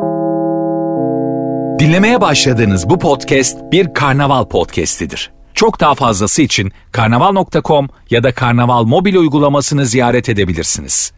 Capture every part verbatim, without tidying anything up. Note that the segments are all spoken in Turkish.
Dinlemeye başladığınız bu podcast bir karnaval podcastidir. Çok daha fazlası için karnaval nokta com ya da Karnaval mobil uygulamasını ziyaret edebilirsiniz.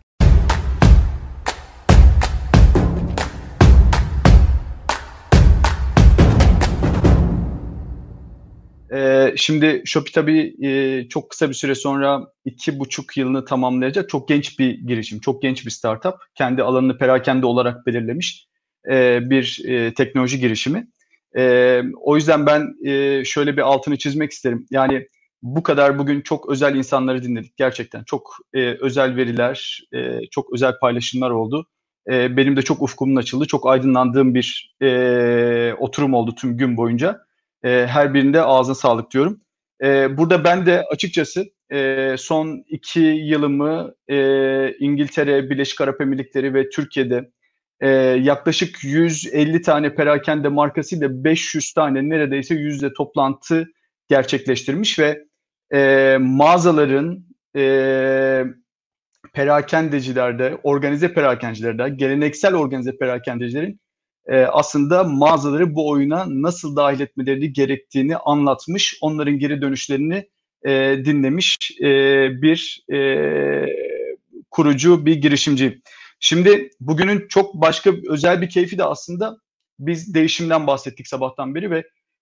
Ee, şimdi Shopee tabii e, çok kısa bir süre sonra iki buçuk yılını tamamlayacak. Çok genç bir girişim, çok genç bir startup. Kendi alanını perakende olarak belirlemiş e, bir e, teknoloji girişimi. E, o yüzden ben e, şöyle bir altını çizmek isterim. Yani bu kadar bugün çok özel insanları dinledik gerçekten. Çok e, özel veriler, e, çok özel paylaşımlar oldu. E, benim de çok ufkumun açıldı, çok aydınlandığım bir e, oturum oldu tüm gün boyunca. E, her birinde ağzına sağlık diyorum. E, burada ben de açıkçası e, son iki yılımı e, İngiltere, Birleşik Arap Emirlikleri ve Türkiye'de e, yaklaşık yüz elli tane perakende markasıyla beş yüz tane neredeyse yüzde toplantı gerçekleştirmiş ve e, mağazaların e, perakendecilerde, organize perakendecilerde, geleneksel organize perakendecilerin e, aslında mağazaları bu oyuna nasıl dahil etmeleri gerektiğini anlatmış, onların geri dönüşlerini e, dinlemiş e, bir e, kurucu, bir girişimci. Şimdi bugünün çok başka özel bir keyfi de aslında biz değişimden bahsettik sabahtan beri ve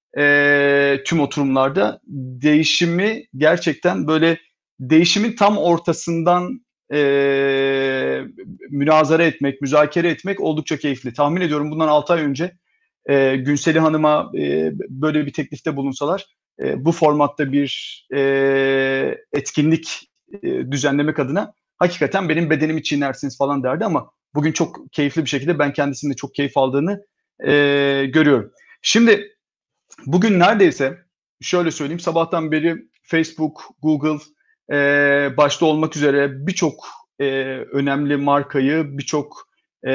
e, tüm oturumlarda değişimi gerçekten böyle değişimin tam ortasından e, münazara etmek, müzakere etmek oldukça keyifli. Tahmin ediyorum bundan altı ay önce e, Günseli Hanım'a e, böyle bir teklifte bulunsalar e, bu formatta bir e, etkinlik e, düzenlemek adına hakikaten benim bedenimi çiğnersiniz falan derdi ama bugün çok keyifli bir şekilde ben kendisinin de çok keyif aldığını e, görüyorum. Şimdi bugün neredeyse şöyle söyleyeyim sabahtan beri Facebook, Google e, başta olmak üzere birçok e, önemli markayı, birçok e,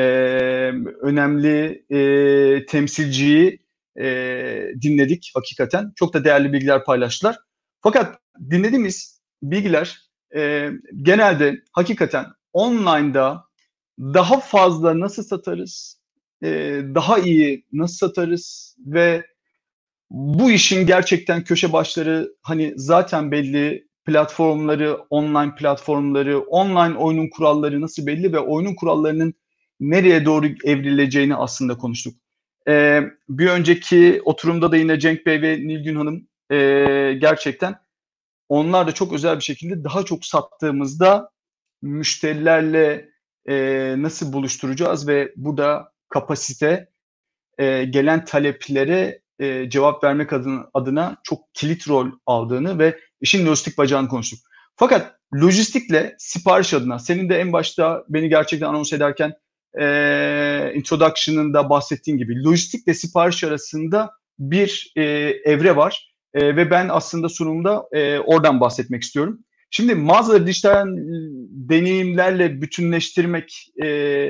önemli e, temsilciyi e, dinledik hakikaten. Çok da değerli bilgiler paylaştılar. Fakat dinlediğimiz bilgiler e, genelde hakikaten online'da daha fazla nasıl satarız, e, daha iyi nasıl satarız ve bu işin gerçekten köşe başları hani zaten belli, platformları, online platformları, online oyunun kuralları nasıl belli ve oyunun kurallarının nereye doğru evrileceğini aslında konuştuk. Ee, bir önceki oturumda da yine Cenk Bey ve Nilgün Hanım e, gerçekten onlar da çok özel bir şekilde daha çok sattığımızda müşterilerle e, nasıl buluşturacağız ve bu da kapasite e, gelen taleplere e, cevap vermek adına, adına çok kilit rol aldığını ve işin lojistik bacağını konuştuk. Fakat lojistikle sipariş adına senin de en başta beni gerçekten anons ederken e, introduction'ında bahsettiğin gibi lojistikle sipariş arasında bir e, evre var e, ve ben aslında sunumda e, oradan bahsetmek istiyorum. Şimdi mağazaları dijital deneyimlerle bütünleştirmek e,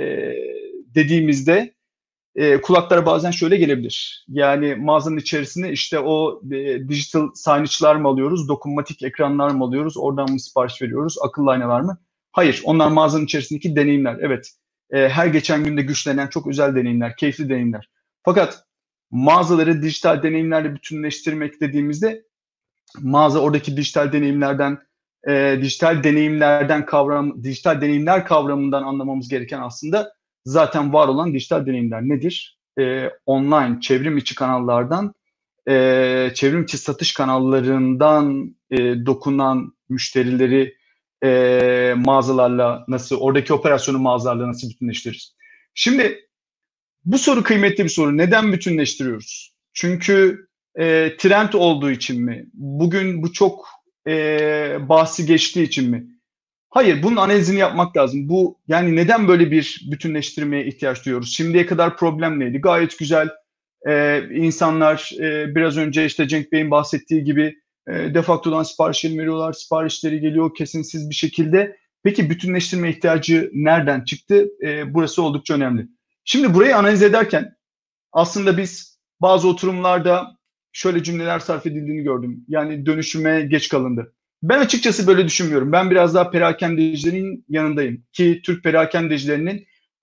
dediğimizde E, kulaklara bazen şöyle gelebilir. Yani mağazanın içerisinde işte o e, digital signage'lar mı alıyoruz, dokunmatik ekranlar mı alıyoruz, oradan mı sipariş veriyoruz, akıllı aynalar mı? Hayır, onlar mağazanın içerisindeki deneyimler. Evet, e, her geçen günde güçlenen çok özel deneyimler, keyifli deneyimler. Fakat mağazaları dijital deneyimlerle bütünleştirmek dediğimizde mağaza oradaki dijital deneyimlerden, e, dijital deneyimlerden kavram, dijital deneyimler kavramından anlamamız gereken aslında zaten var olan dijital deneyimler nedir? Ee, online, çevrim içi kanallardan, e, çevrim içi satış kanallarından e, dokunan müşterileri e, mağazalarla nasıl, oradaki operasyonu mağazalarla nasıl bütünleştiririz? Şimdi bu soru kıymetli bir soru. Neden bütünleştiriyoruz? Çünkü e, trend olduğu için mi? Bugün bu çok e, bahsi geçtiği için mi? Hayır, bunun analizini yapmak lazım. Bu yani neden böyle bir bütünleştirmeye ihtiyaç duyuyoruz? Şimdiye kadar problem neydi? Gayet güzel. Ee, insanlar e, biraz önce işte Cenk Bey'in bahsettiği gibi e, defaktodan siparişleri veriyorlar, siparişleri geliyor kesinsiz bir şekilde. Peki bütünleştirme ihtiyacı nereden çıktı? E, burası oldukça önemli. Şimdi burayı analiz ederken aslında biz bazı oturumlarda şöyle cümleler sarf edildiğini gördüm. Yani dönüşüme geç kalındı. Ben açıkçası böyle düşünmüyorum. Ben biraz daha perakendecilerin yanındayım. Ki Türk perakendecilerinin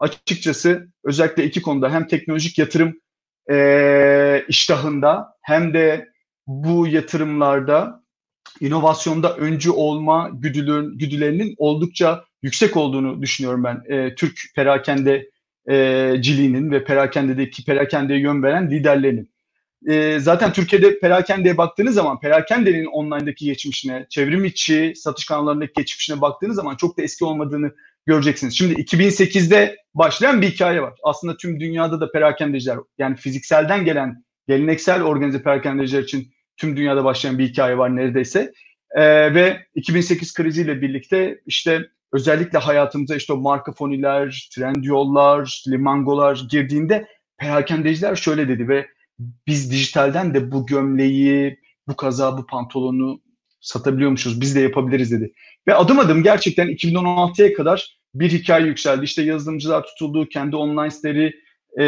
açıkçası özellikle iki konuda, hem teknolojik yatırım e, iştahında hem de bu yatırımlarda inovasyonda öncü olma güdülün, güdülerinin oldukça yüksek olduğunu düşünüyorum ben. E, Türk perakendeciliğinin ve perakendedeki perakendeye yön veren liderlerinin. E, zaten Türkiye'de perakendeye baktığınız zaman perakendenin online'daki geçmişine, çevrim içi satış kanallarındaki geçmişine baktığınız zaman çok da eski olmadığını göreceksiniz. Şimdi iki bin sekizde başlayan bir hikaye var. Aslında tüm dünyada da perakendeciler, yani fizikselden gelen geleneksel organize perakendeciler için tüm dünyada başlayan bir hikaye var neredeyse. Ee, ve iki bin sekiz kriziyle birlikte işte özellikle hayatımıza işte o marka foniler, Trendyollar, Limangolar girdiğinde perakendeciler şöyle dedi ve biz dijitalden de bu gömleği, bu kaza, bu pantolonu satabiliyormuşuz, biz de yapabiliriz dedi. Ve adım adım gerçekten iki bin on altıya kadar bir hikaye yükseldi. İşte yazılımcılar tutuldu, kendi online siteleri e,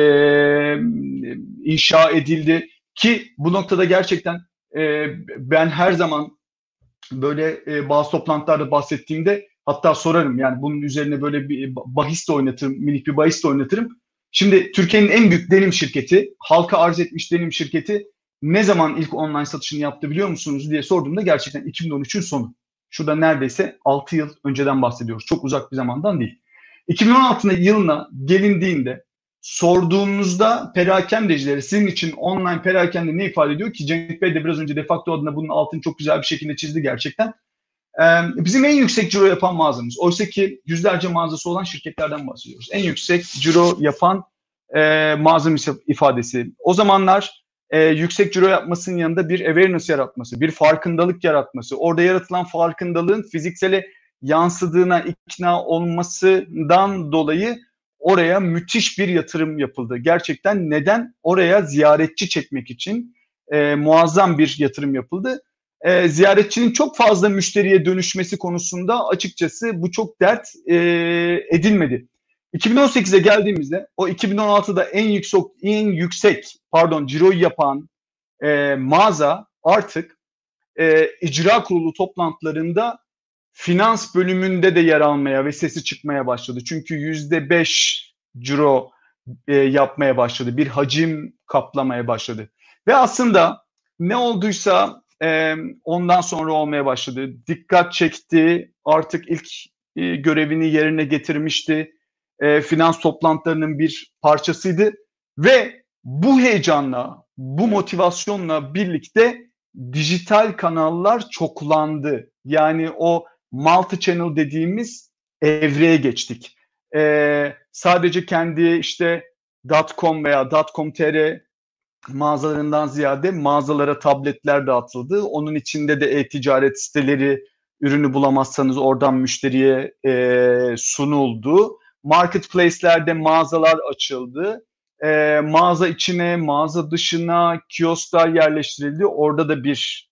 inşa edildi. Ki bu noktada gerçekten e, ben her zaman böyle e, bazı toplantılarda bahsettiğimde hatta sorarım, yani bunun üzerine böyle bir bahis de oynatırım, minik bir bahis de oynatırım. Şimdi Türkiye'nin en büyük denim şirketi, halka arz etmiş denim şirketi ne zaman ilk online satışını yaptı biliyor musunuz diye sorduğumda gerçekten iki bin on üçün sonu. Şurada neredeyse altı yıl önceden bahsediyoruz. Çok uzak bir zamandan değil. iki bin on altı yılına gelindiğinde sorduğunuzda perakendecilere sizin için online perakende ne ifade ediyor ki Cenk Bey de biraz önce Defakto adına bunun altını çok güzel bir şekilde çizdi gerçekten. Ee, bizim en yüksek ciro yapan mağazamız. Oysa ki yüzlerce mağazası olan şirketlerden bahsediyoruz. En yüksek ciro yapan e, mağaza ifadesi. O zamanlar e, yüksek ciro yapmasının yanında bir awareness yaratması, bir farkındalık yaratması, orada yaratılan farkındalığın fiziksele yansıdığına ikna olmasından dolayı oraya müthiş bir yatırım yapıldı. Gerçekten neden? Oraya ziyaretçi çekmek için e, muazzam bir yatırım yapıldı. E, ziyaretçinin çok fazla müşteriye dönüşmesi konusunda açıkçası bu çok dert e, edilmedi. iki bin on sekize geldiğimizde o iki bin on altıda en yüksek en yüksek pardon ciroyu yapan e, mağaza artık e, icra kurulu toplantılarında finans bölümünde de yer almaya ve sesi çıkmaya başladı. Çünkü yüzde beş ciro e, yapmaya başladı. Bir hacim kaplamaya başladı. Ve aslında ne olduysa e, ondan sonra olmaya başladı. Dikkat çekti. Artık ilk e, görevini yerine getirmişti. E, finans toplantılarının bir parçasıydı. Ve bu heyecanla, bu motivasyonla birlikte dijital kanallar çoklandı. Yani o multi-channel dediğimiz evreye geçtik. Ee, sadece kendi işte .com veya .com nokta tr mağazalarından ziyade mağazalara tabletler dağıtıldı. Onun içinde de e-ticaret siteleri, ürünü bulamazsanız oradan müşteriye e, sunuldu. Marketplace'lerde mağazalar açıldı. E, mağaza içine, mağaza dışına kiosklar yerleştirildi. Orada da bir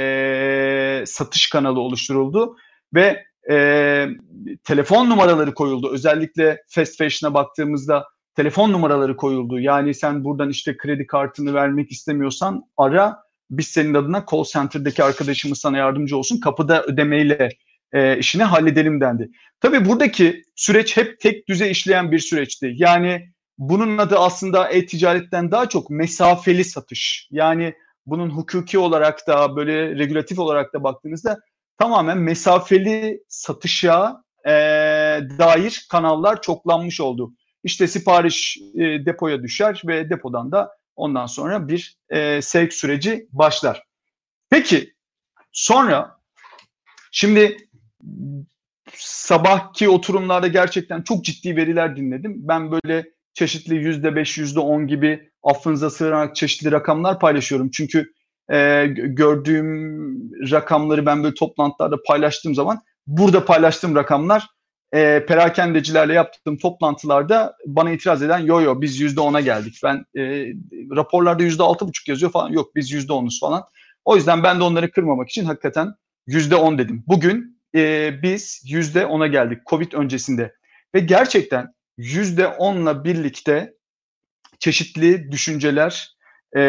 e, satış kanalı oluşturuldu. Ve e, telefon numaraları koyuldu. Özellikle fast fashion'a baktığımızda telefon numaraları koyuldu. Yani sen buradan işte kredi kartını vermek istemiyorsan ara, biz senin adına call center'daki arkadaşımız sana yardımcı olsun. Kapıda ödemeyle e, işini halledelim dendi. Tabii buradaki süreç hep tek düze işleyen bir süreçti. Yani bunun adı aslında e-ticaretten daha çok mesafeli satış. Yani bunun hukuki olarak da böyle regülatif olarak da baktığınızda tamamen mesafeli satışa e, dair kanallar çoklanmış oldu. İşte sipariş e, depoya düşer ve depodan da ondan sonra bir e, sevk süreci başlar. Peki sonra şimdi sabahki oturumlarda gerçekten çok ciddi veriler dinledim. Ben böyle çeşitli yüzde beş, yüzde on gibi affınıza sığınarak çeşitli rakamlar paylaşıyorum. Çünkü e, gördüğüm rakamları ben böyle toplantılarda paylaştığım zaman burada paylaştığım rakamlar e, perakendecilerle yaptığım toplantılarda bana itiraz eden yo yo biz yüzde ona geldik. Ben e, raporlarda yüzde altı buçuk yazıyor falan, yok biz yüzde onuz falan. O yüzden ben de onları kırmamak için hakikaten yüzde on dedim. Bugün e, biz yüzde ona geldik Covid öncesinde ve gerçekten yüzde onla birlikte çeşitli düşünceler e,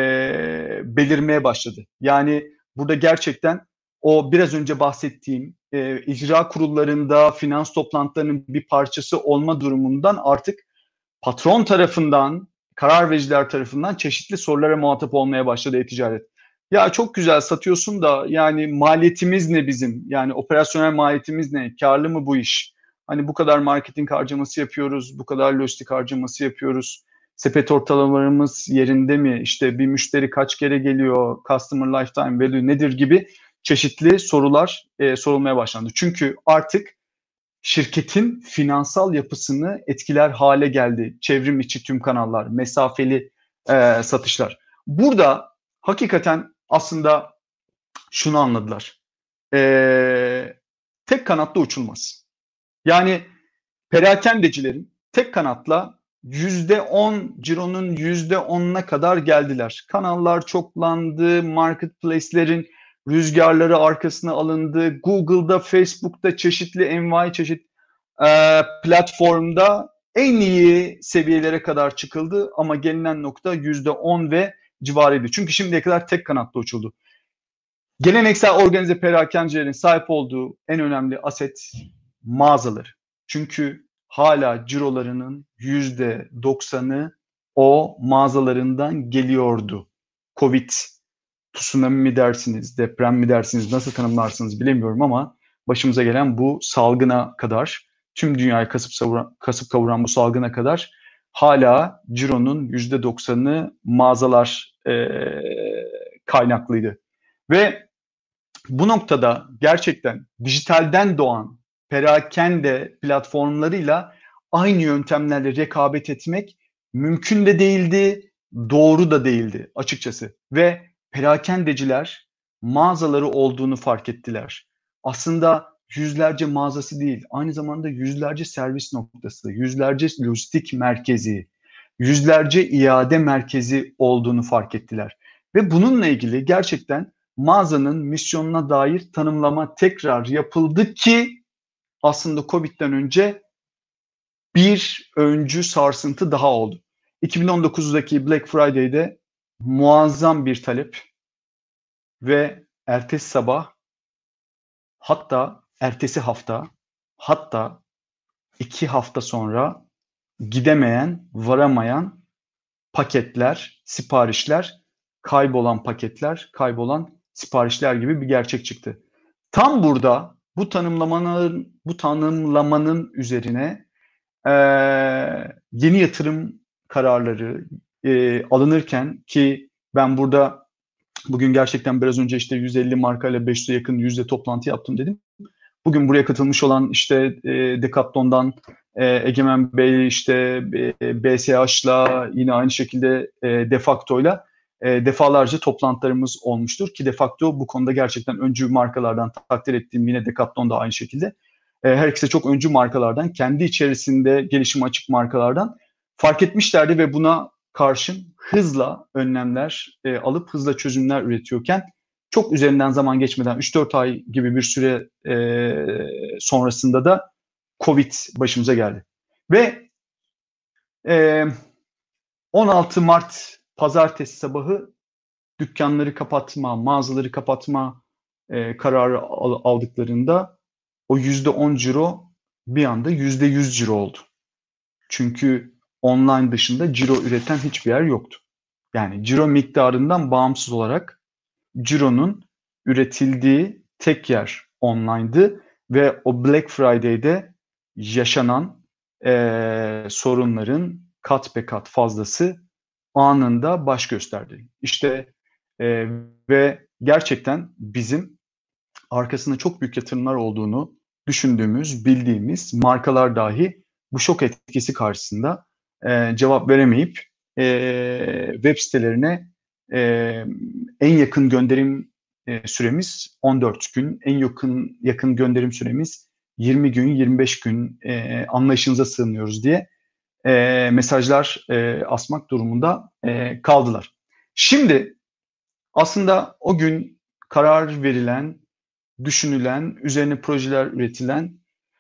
belirmeye başladı. Yani burada gerçekten o biraz önce bahsettiğim e, icra kurullarında, finans toplantılarının bir parçası olma durumundan artık patron tarafından, karar vericiler tarafından çeşitli sorulara muhatap olmaya başladı e-ticaret. Ya çok güzel satıyorsun da yani maliyetimiz ne bizim? Yani operasyonel maliyetimiz ne? Karlı mı bu iş? Hani bu kadar marketing harcaması yapıyoruz, bu kadar lojistik harcaması yapıyoruz. Sepet ortalamalarımız yerinde mi? İşte bir müşteri kaç kere geliyor? Customer lifetime value nedir gibi çeşitli sorular e, sorulmaya başlandı. Çünkü artık şirketin finansal yapısını etkiler hale geldi. Çevrim içi tüm kanallar, mesafeli e, satışlar. Burada hakikaten aslında şunu anladılar. E, tek kanatla uçulmaz. Yani perakendecilerin tek kanatla yüzde on cironun yüzde onuna kadar geldiler. Kanallar çoklandı, marketplace'lerin rüzgarları arkasına alındı. Google'da, Facebook'ta çeşitli envai çeşit e, platformda en iyi seviyelere kadar çıkıldı ama gelinen nokta yüzde on ve civarıydı. Çünkü şimdiye kadar tek kanatlı uçuldu. Geleneksel organize perakendecilerin sahip olduğu en önemli aset mağazaları. Çünkü hala cirolarının yüzde doksanı o mağazalarından geliyordu. Covid, tsunami mi dersiniz, deprem mi dersiniz, nasıl tanımlarsınız bilemiyorum ama başımıza gelen bu salgına kadar, tüm dünyayı kasıp, savuran, kasıp kavuran bu salgına kadar hala cironun yüzde doksanı mağazalar e, kaynaklıydı. Ve bu noktada gerçekten dijitalden doğan perakende platformlarıyla aynı yöntemlerle rekabet etmek mümkün de değildi, doğru da değildi açıkçası. Ve perakendeciler mağazaları olduğunu fark ettiler. Aslında yüzlerce mağazası değil, aynı zamanda yüzlerce servis noktası, yüzlerce lojistik merkezi, yüzlerce iade merkezi olduğunu fark ettiler. Ve bununla ilgili gerçekten mağazanın misyonuna dair tanımlama tekrar yapıldı ki aslında Covid'den önce bir öncü sarsıntı daha oldu. iki bin on dokuzdaki Black Friday'de muazzam bir talep ve ertesi sabah, hatta ertesi hafta, hatta iki hafta sonra gidemeyen, varamayan paketler, siparişler, kaybolan paketler, kaybolan siparişler gibi bir gerçek çıktı. Tam burada bu tanımlamanın bu tanımlamanın üzerine e, yeni yatırım kararları e, alınırken ki ben burada bugün gerçekten biraz önce işte yüz elli markayla beş yüze yakın yüzde toplantı yaptım dedim. Bugün buraya katılmış olan işte e, Decathlon'dan e, Egemen Bey, işte e, B S H'la yine aynı şekilde e, Defacto'yla e, defalarca toplantılarımız olmuştur ki Defacto bu konuda gerçekten öncü markalardan, takdir ettiğim yine Decathlon da aynı şekilde. E, her ikisi de çok öncü markalardan, kendi içerisinde gelişime açık markalardan fark etmişlerdi ve buna karşın hızla önlemler e, alıp hızla çözümler üretiyorken çok üzerinden zaman geçmeden üç dört ay gibi bir süre e, sonrasında da Covid başımıza geldi. Ve e, on altı Mart pazartesi sabahı dükkanları kapatma, mağazaları kapatma e, kararı aldıklarında o yüzde on ciro bir anda yüzde yüz ciro oldu. Çünkü online dışında ciro üreten hiçbir yer yoktu. Yani ciro miktarından bağımsız olarak cironun üretildiği tek yer online'dı ve o Black Friday'de yaşanan e, sorunların kat be kat fazlası anında baş gösterdi. İşte e, ve gerçekten bizim arkasında çok büyük yatırımlar olduğunu düşündüğümüz, bildiğimiz markalar dahi bu şok etkisi karşısında e, cevap veremeyip e, web sitelerine e, en yakın gönderim e, süremiz on dört gün, en yakın yakın gönderim süremiz yirmi gün, yirmi beş gün e, anlayışınıza sığınıyoruz diye e, mesajlar e, asmak durumunda e, kaldılar. Şimdi aslında o gün karar verilen, düşünülen, üzerine projeler üretilen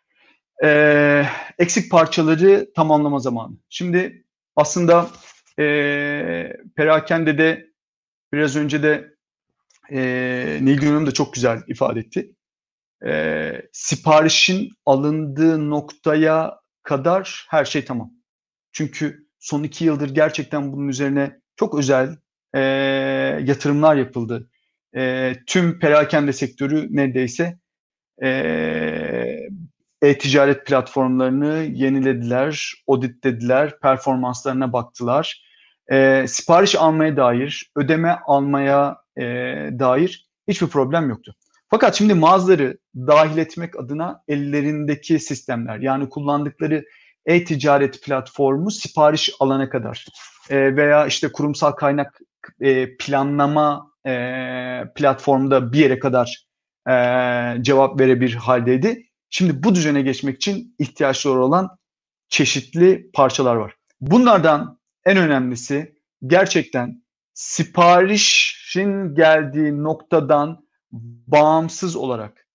e, eksik parçaları tamamlama zamanı. Şimdi aslında e, perakendede biraz önce de e, Nilgün Hanım da çok güzel ifade etti. e, siparişin alındığı noktaya kadar her şey tamam. Çünkü son iki yıldır gerçekten bunun üzerine çok özel e, yatırımlar yapıldı. E, tüm perakende sektörü neredeyse e, e-ticaret platformlarını yenilediler, auditlediler, performanslarına baktılar. E, sipariş almaya dair, ödeme almaya e, dair hiçbir problem yoktu. Fakat şimdi mağazaları dahil etmek adına ellerindeki sistemler, yani kullandıkları e-ticaret platformu sipariş alana kadar e, veya işte kurumsal kaynak e, planlama e, platformda bir yere kadar e, cevap verebilir haldeydi. Şimdi bu düzene geçmek için ihtiyaçları olan çeşitli parçalar var. Bunlardan en önemlisi gerçekten siparişin geldiği noktadan bağımsız olarak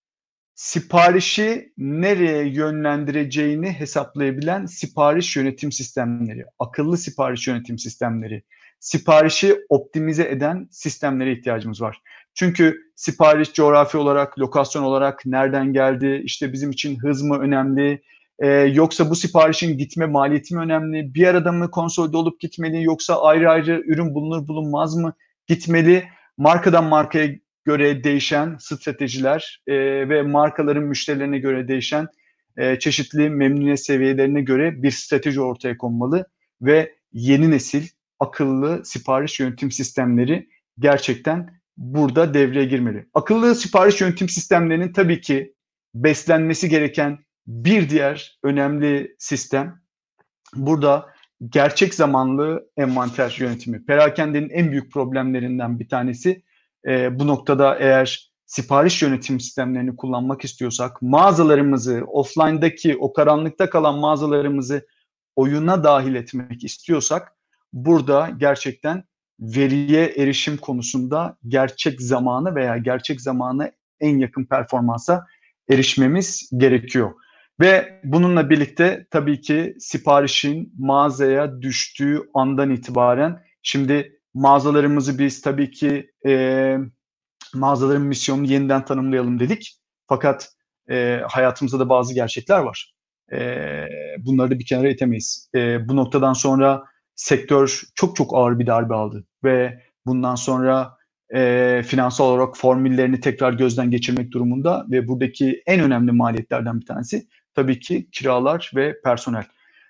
siparişi nereye yönlendireceğini hesaplayabilen sipariş yönetim sistemleri, akıllı sipariş yönetim sistemleri, siparişi optimize eden sistemlere ihtiyacımız var. Çünkü sipariş coğrafi olarak, lokasyon olarak nereden geldi, işte bizim için hız mı önemli, ee, yoksa bu siparişin gitme maliyeti mi önemli, bir arada mı konsolide olup gitmeli, yoksa ayrı ayrı ürün bulunur bulunmaz mı gitmeli, markadan markaya göre değişen stratejiler e, ve markaların müşterilerine göre değişen e, çeşitli memnuniyet seviyelerine göre bir strateji ortaya konmalı ve yeni nesil akıllı sipariş yönetim sistemleri gerçekten burada devreye girmeli. Akıllı sipariş yönetim sistemlerinin tabii ki beslenmesi gereken bir diğer önemli sistem burada gerçek zamanlı envanter yönetimi. Perakendenin en büyük problemlerinden bir tanesi. E, bu noktada eğer sipariş yönetim sistemlerini kullanmak istiyorsak, mağazalarımızı, offline'daki o karanlıkta kalan mağazalarımızı oyuna dahil etmek istiyorsak, burada gerçekten veriye erişim konusunda gerçek zamanı veya gerçek zamana en yakın performansa erişmemiz gerekiyor. Ve bununla birlikte tabii ki siparişin mağazaya düştüğü andan itibaren, şimdi mağazalarımızı biz tabii ki e, mağazaların misyonunu yeniden tanımlayalım dedik. Fakat e, hayatımızda da bazı gerçekler var. E, bunları da bir kenara itemeyiz. E, bu noktadan sonra sektör çok çok ağır bir darbe aldı ve bundan sonra e, finansal olarak formüllerini tekrar gözden geçirmek durumunda ve buradaki en önemli maliyetlerden bir tanesi tabii ki kiralar ve personel.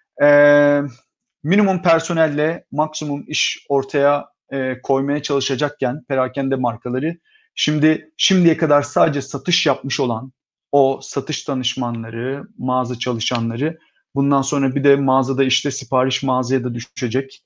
E, minimum personelle maksimum iş ortaya e, koymaya çalışacakken perakende markaları şimdi şimdiye kadar sadece satış yapmış olan o satış danışmanları, mağaza çalışanları, bundan sonra bir de mağazada işte sipariş mağazaya da düşecek.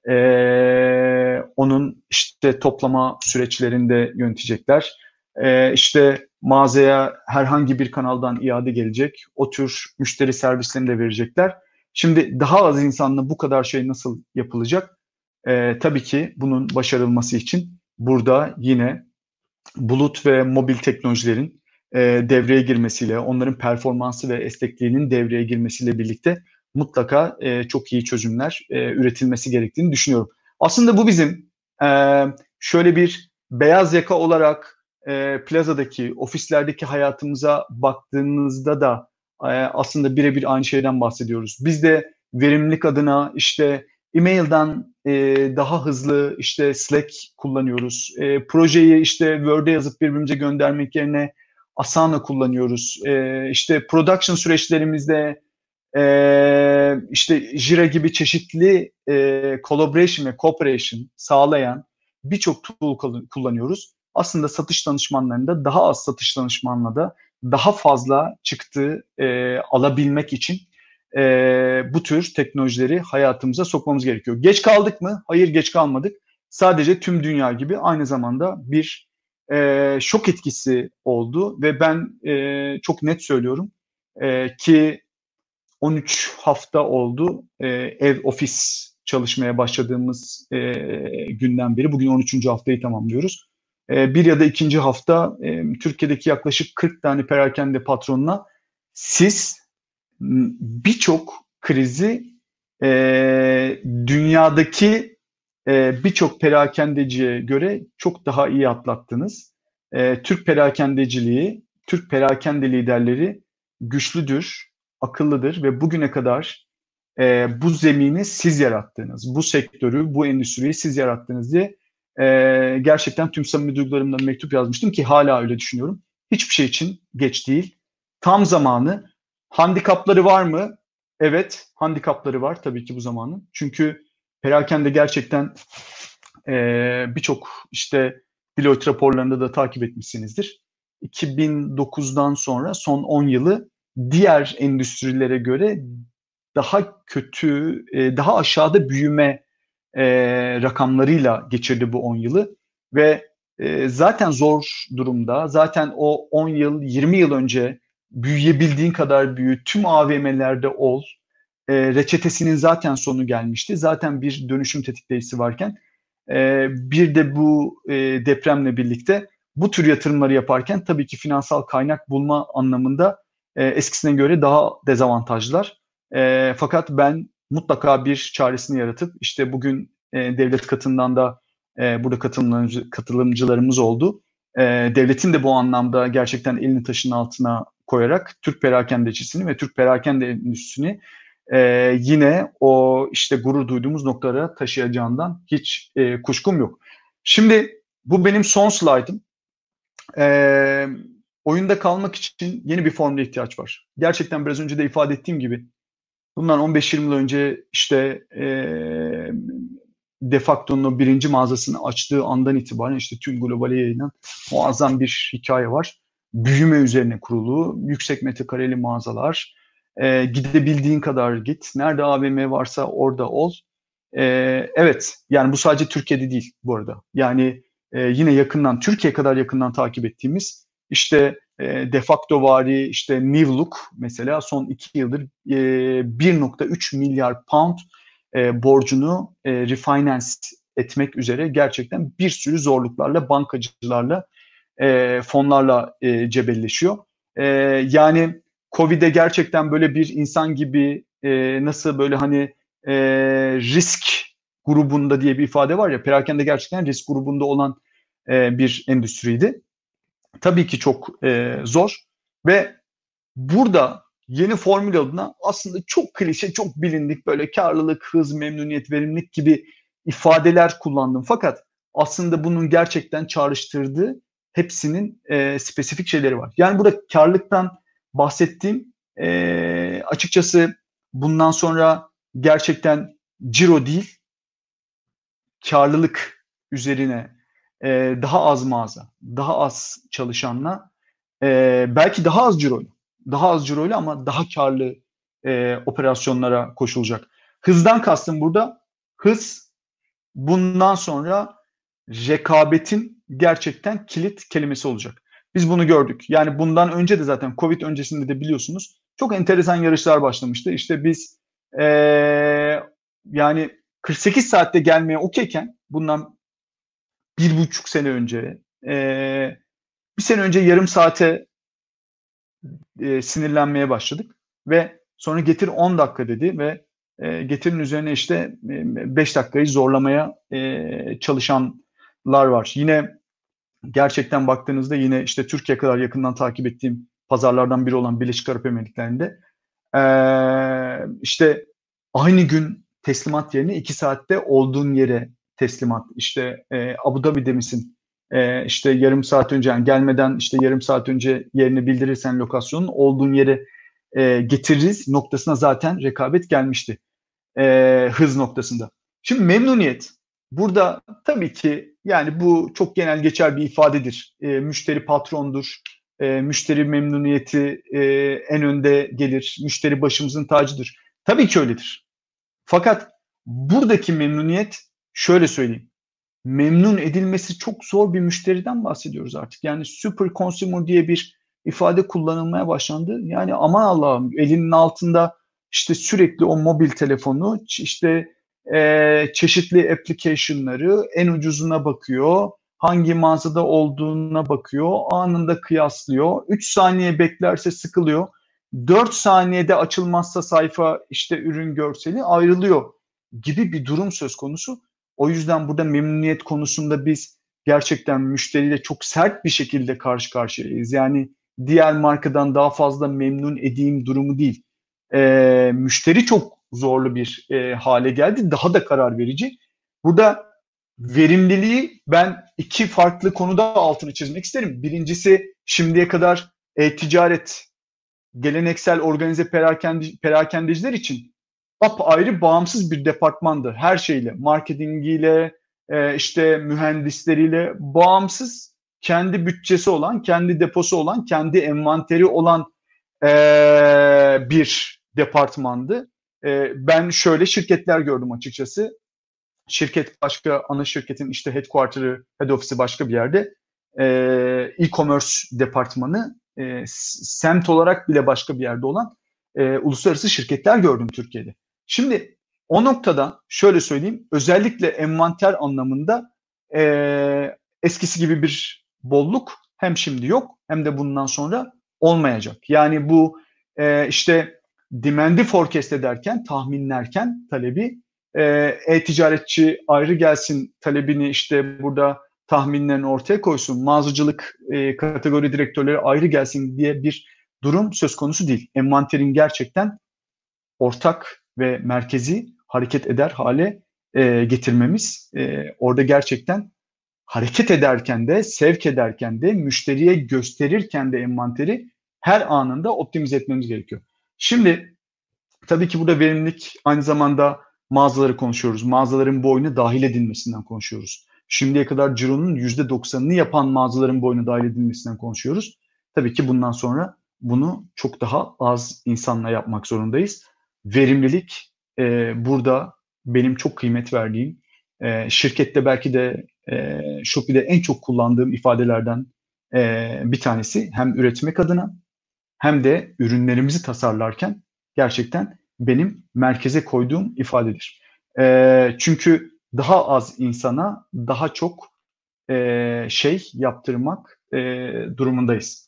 Ee, onun işte toplama süreçlerinde yönetecekler. Ee, işte mağazaya herhangi bir kanaldan iade gelecek. O tür müşteri servislerini de verecekler. Şimdi daha az insanla bu kadar şey nasıl yapılacak? Ee, tabii ki bunun başarılması için burada yine bulut ve mobil teknolojilerin e, devreye girmesiyle, onların performansı ve esnekliğinin devreye girmesiyle birlikte mutlaka e, çok iyi çözümler e, üretilmesi gerektiğini düşünüyorum. Aslında bu bizim e, şöyle bir beyaz yaka olarak e, plazadaki, ofislerdeki hayatımıza baktığınızda da e, aslında birebir aynı şeyden bahsediyoruz. Biz de verimlilik adına işte e-mail'dan e, daha hızlı işte Slack kullanıyoruz. E, projeyi işte Word'e yazıp birbirimize göndermek yerine Asana kullanıyoruz. E, işte production süreçlerimizde e, işte Jira gibi çeşitli e, collaboration ve cooperation sağlayan birçok tool kullanıyoruz. Aslında satış danışmanlarında daha az satış danışmanla da daha fazla çıktı e, alabilmek için e, bu tür teknolojileri hayatımıza sokmamız gerekiyor. Geç kaldık mı? Hayır, geç kalmadık. Sadece tüm dünya gibi aynı zamanda bir e, şok etkisi oldu ve ben e, çok net söylüyorum e, ki on üç hafta oldu e, ev ofis çalışmaya başladığımız e, günden beri. Bugün on üçüncü haftayı tamamlıyoruz. E, bir ya da ikinci hafta e, Türkiye'deki yaklaşık kırk tane perakende patronuna siz birçok krizi e, dünyadaki e, birçok perakendeciye göre çok daha iyi atlattınız. E, Türk perakendeciliği Türk perakende liderleri güçlüdür, akıllıdır ve bugüne kadar e, bu zemini siz yarattınız, bu sektörü, bu endüstriyi siz yarattınız diye e, gerçekten tüm samimi duygularımla mektup yazmıştım ki hala öyle düşünüyorum. Hiçbir şey için geç değil. Tam zamanı. Handikapları var mı? Evet, handikapları var tabii ki bu zamanın. Çünkü perakende gerçekten e, birçok işte Deloitte raporlarında da takip etmişsinizdir. iki bin dokuzdan sonra son on yılı diğer endüstrilere göre daha kötü, e, daha aşağıda büyüme e, rakamlarıyla geçirdi bu on yılı ve e, zaten zor durumda. Zaten o on yıl, yirmi yıl önce büyüyebildiğin kadar büyü, tüm A V M'lerde ol. E, reçetesinin zaten sonu gelmişti. Zaten bir dönüşüm tetikleyicisi varken e, bir de bu e, depremle birlikte bu tür yatırımları yaparken tabii ki finansal kaynak bulma anlamında e, eskisine göre daha dezavantajlılar. E, fakat ben mutlaka bir çaresini yaratıp işte bugün e, devlet katından da e, burada katılımcı, katılımcılarımız oldu. E, devletin de bu anlamda gerçekten elini taşın altına koyarak Türk perakendecisini ve Türk perakende endüstrisini e, yine o işte gurur duyduğumuz noktalara taşıyacağından hiç e, kuşkum yok. Şimdi bu benim son slaydım. E, oyunda kalmak için yeni bir formüle ihtiyaç var. Gerçekten biraz önce de ifade ettiğim gibi bundan on beş yirmi yıl önce işte e, Defacto'nun o birinci mağazasını açtığı andan itibaren işte tüm globale yayılan muazzam bir hikaye var. Büyüme üzerine kurulu, yüksek metrekareli mağazalar, e, gidebildiğin kadar git, nerede A V M varsa orada ol. E, evet, yani bu sadece Türkiye'de değil bu arada. Yani e, yine yakından, Türkiye kadar yakından takip ettiğimiz işte e, Defacto vari işte New Look mesela son iki yıldır e, bir nokta üç milyar pound e, borcunu e, refinance etmek üzere gerçekten bir sürü zorluklarla, bankacılarla, e, fonlarla e, cebelleşiyor. E, yani Covid'e gerçekten böyle bir insan gibi e, nasıl böyle hani e, risk grubunda diye bir ifade var ya, perakende gerçekten risk grubunda olan e, bir endüstriydi. Tabii ki çok e, zor ve burada yeni formül adına aslında çok klişe, çok bilindik böyle karlılık, hız, memnuniyet, verimlilik gibi ifadeler kullandım. Fakat aslında bunun gerçekten çağrıştırdığı hepsinin e, spesifik şeyleri var. Yani burada karlılıktan bahsettiğim e, açıkçası bundan sonra gerçekten ciro değil, karlılık üzerine e, daha az mağaza, daha az çalışanla, e, belki daha az ciroyla, daha az ciroyla ama daha karlı e, operasyonlara koşulacak. Hızdan kastım burada, hız bundan sonra rekabetin gerçekten kilit kelimesi olacak. Biz bunu gördük. Yani bundan önce de zaten Covid öncesinde de biliyorsunuz çok enteresan yarışlar başlamıştı. İşte biz e, yani kırk sekiz saatte gelmeye okeyken bundan bir buçuk sene önce, e, bir sene önce yarım saate e, sinirlenmeye başladık ve sonra getir on dakika dedi ve e, getirin üzerine işte e, beş dakikayı zorlamaya e, çalışanlar var. Yine gerçekten baktığınızda yine işte Türkiye kadar yakından takip ettiğim pazarlardan biri olan Birleşik Arap Emirlikleri'nde e, işte aynı gün teslimat yerine iki saatte olduğun yere teslimat. İşte e, Abu Dhabi'de misin? E, işte yarım saat önce, yani gelmeden işte yarım saat önce yerini bildirirsen lokasyonun olduğun yere e, getiririz noktasına zaten rekabet gelmişti. E, hız noktasında. Şimdi memnuniyet. Burada tabii ki yani bu çok genel geçer bir ifadedir. E, müşteri patrondur. E, müşteri memnuniyeti e, en önde gelir. Müşteri başımızın tacıdır. Tabii ki öyledir. Fakat buradaki memnuniyet, şöyle söyleyeyim, memnun edilmesi çok zor bir müşteriden bahsediyoruz artık. Yani super consumer diye bir ifade kullanılmaya başlandı. Yani aman Allah'ım, elinin altında işte sürekli o mobil telefonu, işte e, çeşitli application'ları, en ucuzuna bakıyor, hangi mağazada olduğuna bakıyor, anında kıyaslıyor, üç saniye beklerse sıkılıyor, dört saniyede açılmazsa sayfa işte ürün görseli ayrılıyor gibi bir durum söz konusu. O yüzden burada memnuniyet konusunda biz gerçekten müşteriyle çok sert bir şekilde karşı karşıyayız. Yani diğer markadan daha fazla memnun edeyim durumu değil. E, müşteri çok zorlu bir e, hale geldi. Daha da karar verici. Burada verimliliği ben iki farklı konuda altını çizmek isterim. Birincisi, şimdiye kadar e-ticaret, geleneksel organize perakende, perakendeciler için apayrı bağımsız bir departmandı. Her şeyle, marketingiyle, e, işte mühendisleriyle bağımsız, kendi bütçesi olan, kendi deposu olan, kendi envanteri olan e, bir departmandı. E, ben şöyle şirketler gördüm açıkçası. Şirket başka, ana şirketin işte headquarter'ı, head office'i başka bir yerde. E, e-commerce departmanı e, semt olarak bile başka bir yerde olan e, uluslararası şirketler gördüm Türkiye'de. Şimdi o noktada şöyle söyleyeyim, özellikle envanter anlamında e, eskisi gibi bir bolluk hem şimdi yok hem de bundan sonra olmayacak. Yani bu e, işte demand'i forecast ederken, tahminlerken talebi, e-ticaretçi ayrı gelsin, talebini işte burada tahminlerini ortaya koysun, mağazacılık e, kategori direktörleri ayrı gelsin diye bir durum söz konusu değil. Envanterin gerçekten ortak ve merkezi hareket eder hale e, getirmemiz. E, orada gerçekten hareket ederken de, sevk ederken de, müşteriye gösterirken de envanteri her anında optimize etmemiz gerekiyor. Şimdi tabii ki burada verimlilik aynı zamanda mağazaları konuşuyoruz. Mağazaların bu oyuna dahil edilmesinden konuşuyoruz. Şimdiye kadar cironun yüzde doksanını yapan mağazaların bu oyuna dahil edilmesinden konuşuyoruz. Tabii ki bundan sonra bunu çok daha az insanla yapmak zorundayız. Verimlilik e, burada benim çok kıymet verdiğim, e, şirkette belki de e, Shopee'de en çok kullandığım ifadelerden e, bir tanesi. Hem üretmek adına hem de ürünlerimizi tasarlarken gerçekten benim merkeze koyduğum ifadedir. E, çünkü daha az insana daha çok e, şey yaptırmak e, durumundayız.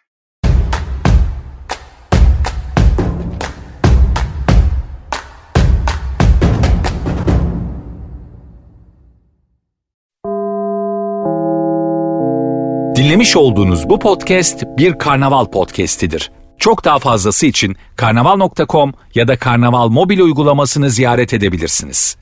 Dinlemiş olduğunuz bu podcast bir Karnaval podcastidir. Çok daha fazlası için karnaval nokta com ya da Karnaval mobil uygulamasını ziyaret edebilirsiniz.